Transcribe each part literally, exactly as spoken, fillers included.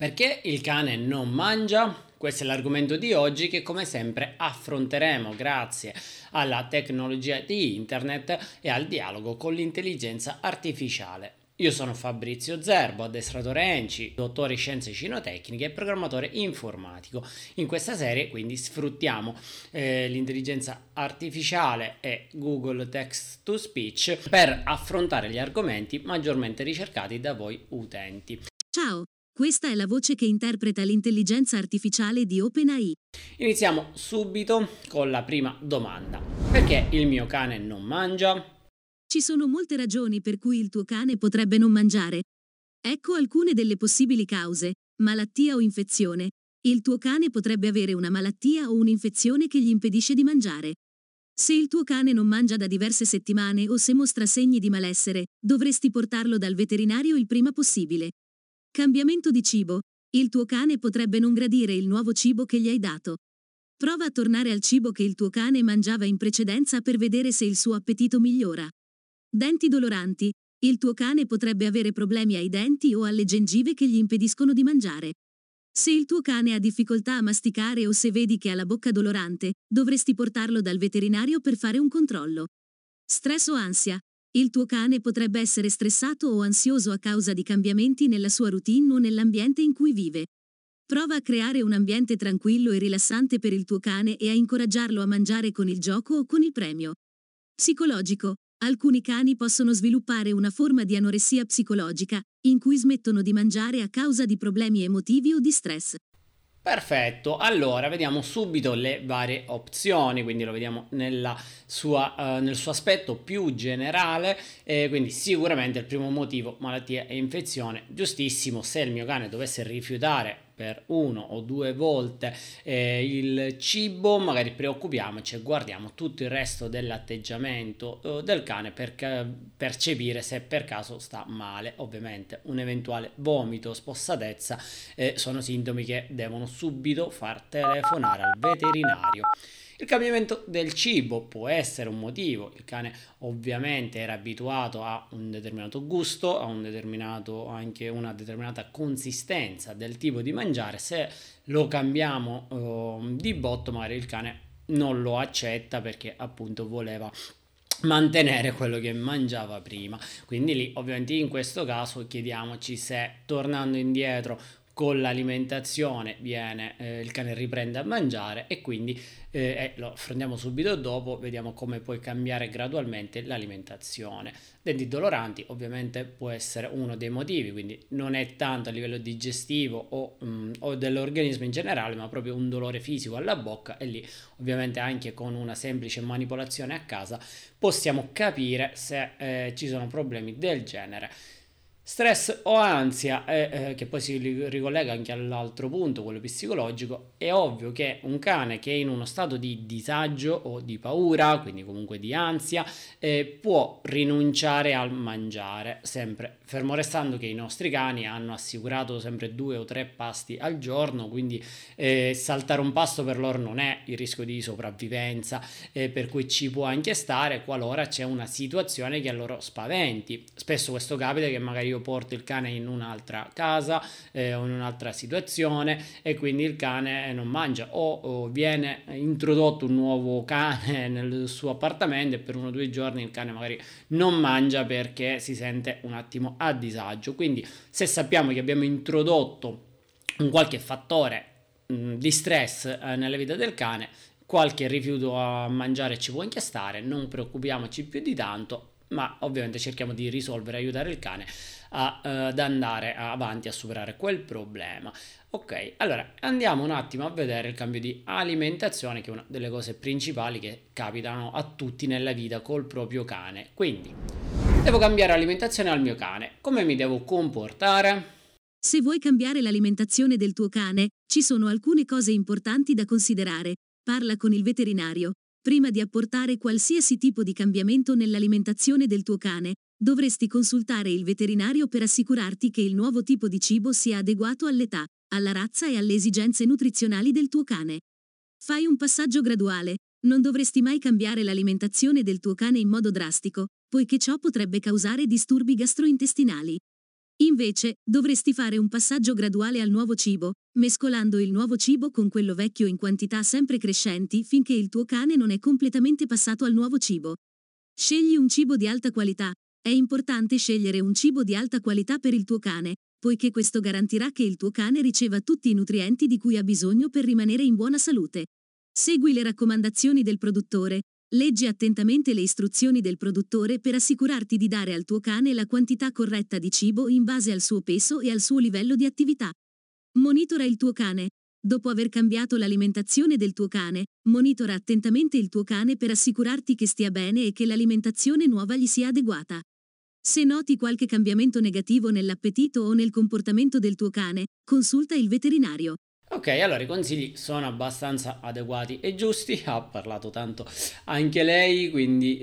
Perché il cane non mangia? Questo è l'argomento di oggi che come sempre affronteremo grazie alla tecnologia di internet e al dialogo con l'intelligenza artificiale. Io sono Fabrizio Zerbo, addestratore ENCI, dottore in scienze cinotecniche e programmatore informatico. In questa serie quindi sfruttiamo eh, l'intelligenza artificiale e Google Text to Speech per affrontare gli argomenti maggiormente ricercati da voi utenti. Ciao, questa è la voce che interpreta l'intelligenza artificiale di OpenAI. Iniziamo subito con la prima domanda. Perché il mio cane non mangia? Ci sono molte ragioni per cui il tuo cane potrebbe non mangiare. Ecco alcune delle possibili cause: malattia o infezione. Il tuo cane potrebbe avere una malattia o un'infezione che gli impedisce di mangiare. Se il tuo cane non mangia da diverse settimane o se mostra segni di malessere, dovresti portarlo dal veterinario il prima possibile. Cambiamento di cibo. Il tuo cane potrebbe non gradire il nuovo cibo che gli hai dato. Prova a tornare al cibo che il tuo cane mangiava in precedenza per vedere se il suo appetito migliora. Denti doloranti. Il tuo cane potrebbe avere problemi ai denti o alle gengive che gli impediscono di mangiare. Se il tuo cane ha difficoltà a masticare o se vedi che ha la bocca dolorante, dovresti portarlo dal veterinario per fare un controllo. Stress o ansia. Il tuo cane potrebbe essere stressato o ansioso a causa di cambiamenti nella sua routine o nell'ambiente in cui vive. Prova a creare un ambiente tranquillo e rilassante per il tuo cane e a incoraggiarlo a mangiare con il gioco o con il premio. Psicologico. Alcuni cani possono sviluppare una forma di anoressia psicologica, in cui smettono di mangiare a causa di problemi emotivi o di stress. Perfetto, allora vediamo subito le varie opzioni, quindi lo vediamo nella sua, uh, nel suo aspetto più generale, eh, quindi sicuramente il primo motivo, malattia e infezione, giustissimo. Se il mio cane dovesse rifiutare per uno o due volte eh, il cibo, magari preoccupiamoci e guardiamo tutto il resto dell'atteggiamento eh, del cane per ca- percepire se per caso sta male. Ovviamente un eventuale vomito, spossatezza eh, sono sintomi che devono subito far telefonare al veterinario. Il cambiamento del cibo può essere un motivo. Il cane ovviamente era abituato a un determinato gusto, a un determinato, anche una determinata consistenza del tipo di mangiare. Se lo cambiamo uh, di botto, magari il cane non lo accetta perché appunto voleva mantenere quello che mangiava prima. Quindi lì ovviamente in questo caso chiediamoci se tornando indietro con l'alimentazione viene eh, il cane riprende a mangiare e quindi eh, lo affrontiamo subito dopo, vediamo come puoi cambiare gradualmente l'alimentazione. Denti doloranti ovviamente può essere uno dei motivi, quindi non è tanto a livello digestivo o, um, o dell'organismo in generale, ma proprio un dolore fisico alla bocca, e lì ovviamente anche con una semplice manipolazione a casa possiamo capire se eh, ci sono problemi del genere. Stress o ansia, eh, eh, che poi si ricollega anche all'altro punto, quello psicologico. È ovvio che un cane che è in uno stato di disagio o di paura, quindi comunque di ansia, eh, può rinunciare al mangiare, sempre fermo restando che i nostri cani hanno assicurato sempre due o tre pasti al giorno, quindi eh, saltare un pasto per loro non è il rischio di sopravvivenza, eh, per cui ci può anche stare qualora c'è una situazione che a loro spaventi. Spesso questo capita che magari io porto il cane in un'altra casa eh, o in un'altra situazione e quindi il cane non mangia, o, o viene introdotto un nuovo cane nel suo appartamento e per uno o due giorni il cane magari non mangia perché si sente un attimo a disagio. Quindi se sappiamo che abbiamo introdotto un qualche fattore mh, di stress eh, nella vita del cane, qualche rifiuto a mangiare ci può anche stare, non preoccupiamoci più di tanto, ma ovviamente cerchiamo di risolvere, aiutare il cane a, uh, ad andare avanti a superare quel problema. Ok, allora andiamo un attimo a vedere il cambio di alimentazione, che è una delle cose principali che capitano a tutti nella vita col proprio cane. Quindi devo cambiare alimentazione al mio cane, come mi devo comportare? Se vuoi cambiare l'alimentazione del tuo cane, ci sono alcune cose importanti da considerare. Parla con il veterinario. Prima di apportare qualsiasi tipo di cambiamento nell'alimentazione del tuo cane, dovresti consultare il veterinario per assicurarti che il nuovo tipo di cibo sia adeguato all'età, alla razza e alle esigenze nutrizionali del tuo cane. Fai un passaggio graduale. Non dovresti mai cambiare l'alimentazione del tuo cane in modo drastico, poiché ciò potrebbe causare disturbi gastrointestinali. Invece, dovresti fare un passaggio graduale al nuovo cibo, mescolando il nuovo cibo con quello vecchio in quantità sempre crescenti finché il tuo cane non è completamente passato al nuovo cibo. Scegli un cibo di alta qualità. È importante scegliere un cibo di alta qualità per il tuo cane, poiché questo garantirà che il tuo cane riceva tutti i nutrienti di cui ha bisogno per rimanere in buona salute. Segui le raccomandazioni del produttore. Leggi attentamente le istruzioni del produttore per assicurarti di dare al tuo cane la quantità corretta di cibo in base al suo peso e al suo livello di attività. Monitora il tuo cane. Dopo aver cambiato l'alimentazione del tuo cane, monitora attentamente il tuo cane per assicurarti che stia bene e che l'alimentazione nuova gli sia adeguata. Se noti qualche cambiamento negativo nell'appetito o nel comportamento del tuo cane, consulta il veterinario. Ok, allora i consigli sono abbastanza adeguati e giusti, ha parlato tanto anche lei, quindi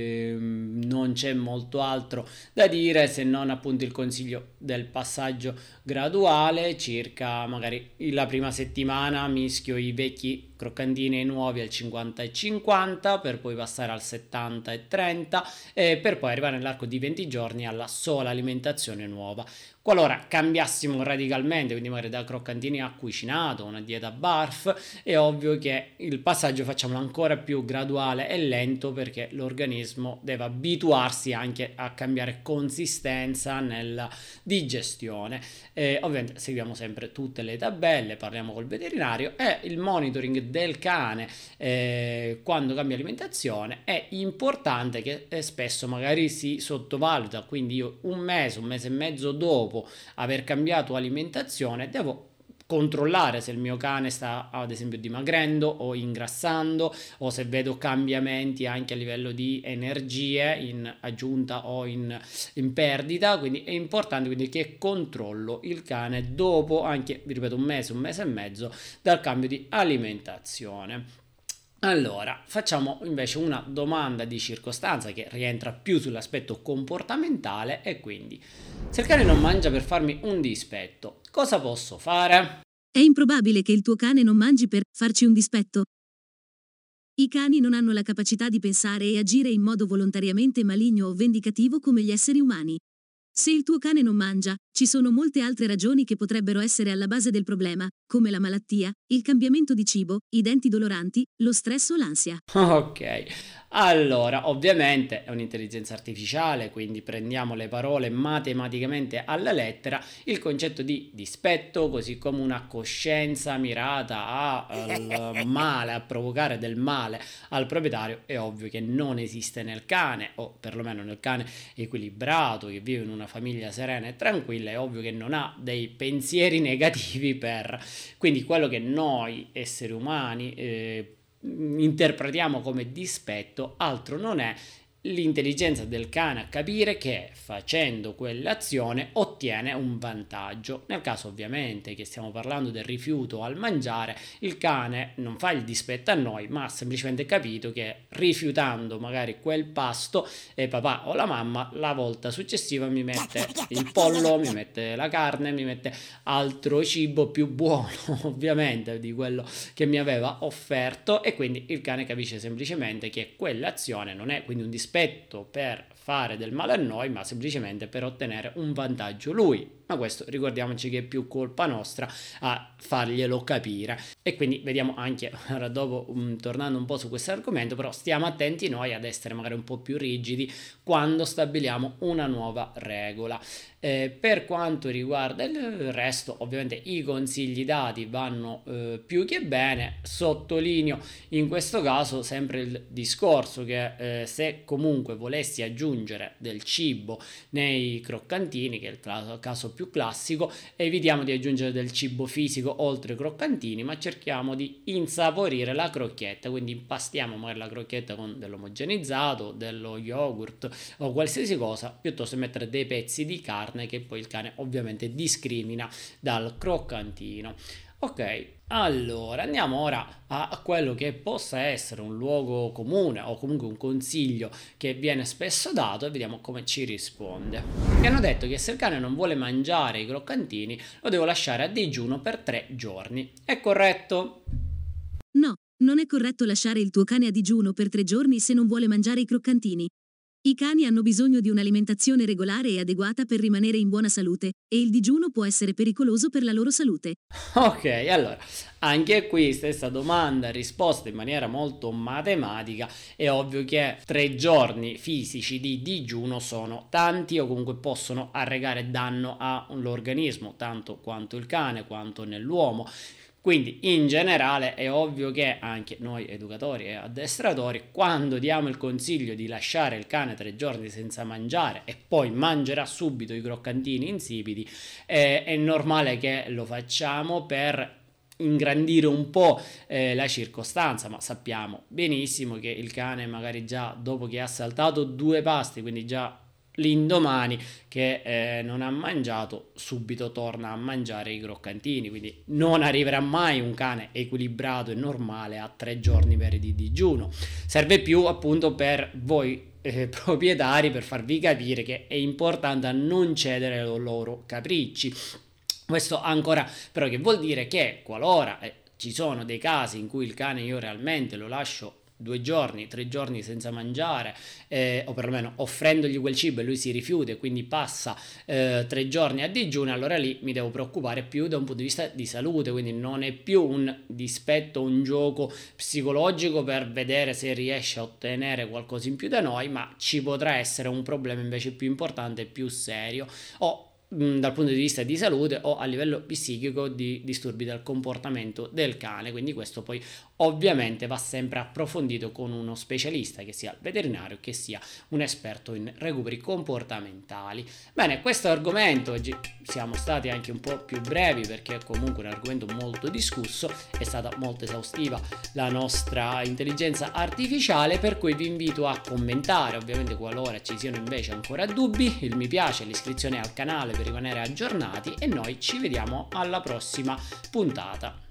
ehm, non c'è molto altro da dire se non appunto il consiglio del passaggio graduale, circa magari la prima settimana mischio i vecchi croccantini e i nuovi al cinquanta e cinquanta per poi passare al settanta e trenta e per poi arrivare nell'arco di venti giorni alla sola alimentazione nuova. Qualora cambiassimo radicalmente, quindi magari da croccantini a cucinato, una dieta barf, è ovvio che il passaggio facciamolo ancora più graduale e lento perché l'organismo deve abituarsi anche a cambiare consistenza nella digestione. Eh, ovviamente seguiamo sempre tutte le tabelle, parliamo col veterinario e il monitoring del cane eh, quando cambia alimentazione è importante che eh, spesso magari si sottovaluta, quindi io un mese, un mese e mezzo dopo aver cambiato alimentazione devo controllare se il mio cane sta ad esempio dimagrendo o ingrassando o se vedo cambiamenti anche a livello di energie in aggiunta o in, in perdita, quindi è importante quindi che controllo il cane dopo anche, vi ripeto, un mese, un mese e mezzo dal cambio di alimentazione. Allora, facciamo invece una domanda di circostanza che rientra più sull'aspetto comportamentale e quindi, se il cane non mangia per farmi un dispetto, cosa posso fare? È improbabile che il tuo cane non mangi per farci un dispetto. I cani non hanno la capacità di pensare e agire in modo volontariamente maligno o vendicativo come gli esseri umani. Se il tuo cane non mangia, ci sono molte altre ragioni che potrebbero essere alla base del problema, come la malattia, il cambiamento di cibo, i denti doloranti, lo stress o l'ansia. Ok, allora ovviamente è un'intelligenza artificiale, quindi prendiamo le parole matematicamente alla lettera, il concetto di dispetto, così come una coscienza mirata a, al male, a provocare del male al proprietario, è ovvio che non esiste nel cane, o perlomeno nel cane equilibrato, che vive in una famiglia serena e tranquilla, è ovvio che non ha dei pensieri negativi per... Quindi quello che noi esseri umani eh, interpretiamo come dispetto altro non è l'intelligenza del cane a capire che facendo quell'azione ottiene un vantaggio. Nel caso ovviamente che stiamo parlando del rifiuto al mangiare, il cane non fa il dispetto a noi, ma ha semplicemente capito che rifiutando magari quel pasto eh, papà o la mamma la volta successiva mi mette il pollo, mi mette la carne, mi mette altro cibo più buono ovviamente di quello che mi aveva offerto e quindi il cane capisce semplicemente che quell'azione non è quindi un dispetto per fare del male a noi, ma semplicemente per ottenere un vantaggio lui. Ma questo ricordiamoci che è più colpa nostra a farglielo capire. E quindi vediamo anche, ora dopo, um, tornando un po' su questo argomento, però stiamo attenti noi ad essere magari un po' più rigidi quando stabiliamo una nuova regola. Eh, per quanto riguarda il resto, ovviamente i consigli dati vanno eh, più che bene. Sottolineo in questo caso sempre il discorso che eh, se comunque volessi aggiungere del cibo nei croccantini, che è il caso più classico, evitiamo di aggiungere del cibo fisico oltre ai croccantini, ma cerchiamo di insaporire la crocchetta, quindi impastiamo magari la crocchetta con dell'omogenizzato, dello yogurt o qualsiasi cosa, piuttosto che mettere dei pezzi di carne che poi il cane ovviamente discrimina dal croccantino. Ok, allora andiamo ora a quello che possa essere un luogo comune o comunque un consiglio che viene spesso dato e vediamo come ci risponde. Mi hanno detto che se il cane non vuole mangiare i croccantini lo devo lasciare a digiuno per tre giorni. È corretto? No, non è corretto lasciare il tuo cane a digiuno per tre giorni se non vuole mangiare i croccantini. I cani hanno bisogno di un'alimentazione regolare e adeguata per rimanere in buona salute, e il digiuno può essere pericoloso per la loro salute. Ok, allora, anche qui stessa domanda risposta in maniera molto matematica. È ovvio che tre giorni fisici di digiuno sono tanti o comunque possono arrecare danno all'organismo, tanto quanto il cane quanto nell'uomo. Quindi in generale è ovvio che anche noi educatori e addestratori, quando diamo il consiglio di lasciare il cane tre giorni senza mangiare e poi mangerà subito i croccantini insipidi, eh, è normale che lo facciamo per ingrandire un po' eh, la circostanza, ma sappiamo benissimo che il cane magari già dopo che ha saltato due pasti, quindi già l'indomani che eh, non ha mangiato, subito torna a mangiare i croccantini, quindi non arriverà mai un cane equilibrato e normale a tre giorni veri di digiuno. Serve più appunto per voi eh, proprietari, per farvi capire che è importante a non cedere ai loro capricci. Questo ancora però che vuol dire che qualora eh, ci sono dei casi in cui il cane io realmente lo lascio due giorni, tre giorni senza mangiare, eh, o perlomeno offrendogli quel cibo e lui si rifiuta e quindi passa eh, tre giorni a digiuno, allora lì mi devo preoccupare più da un punto di vista di salute, quindi non è più un dispetto, un gioco psicologico per vedere se riesce a ottenere qualcosa in più da noi, ma ci potrà essere un problema invece più importante e più serio, o dal punto di vista di salute o a livello psichico di disturbi del comportamento del cane. Quindi questo poi ovviamente va sempre approfondito con uno specialista, che sia il veterinario che sia un esperto in recuperi comportamentali. Bene, questo argomento oggi siamo stati anche un po' più brevi perché è comunque un argomento molto discusso, è stata molto esaustiva la nostra intelligenza artificiale, per cui vi invito a commentare, ovviamente qualora ci siano invece ancora dubbi, il mi piace, l'iscrizione al canale per rimanere aggiornati, e noi ci vediamo alla prossima puntata.